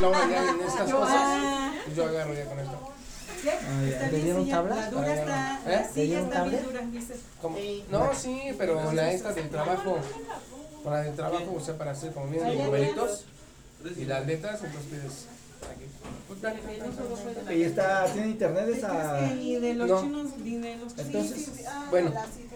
luego ya en estas cosas, pues yo agarro ya con esto. ¿Le dieron tabla? La dura está, ¿Eh? la silla dieron está bien tablet? dura, dice. ¿Cómo? No, sí, pero la esta del trabajo, con la del trabajo, o sea, para hacer como vienen los numeritos y las letras, entonces pides aquí. Pues dale, ¿Y tiene internet esa? Es que ni de los No. chinos, ni de los chinos. Entonces, sí, bueno.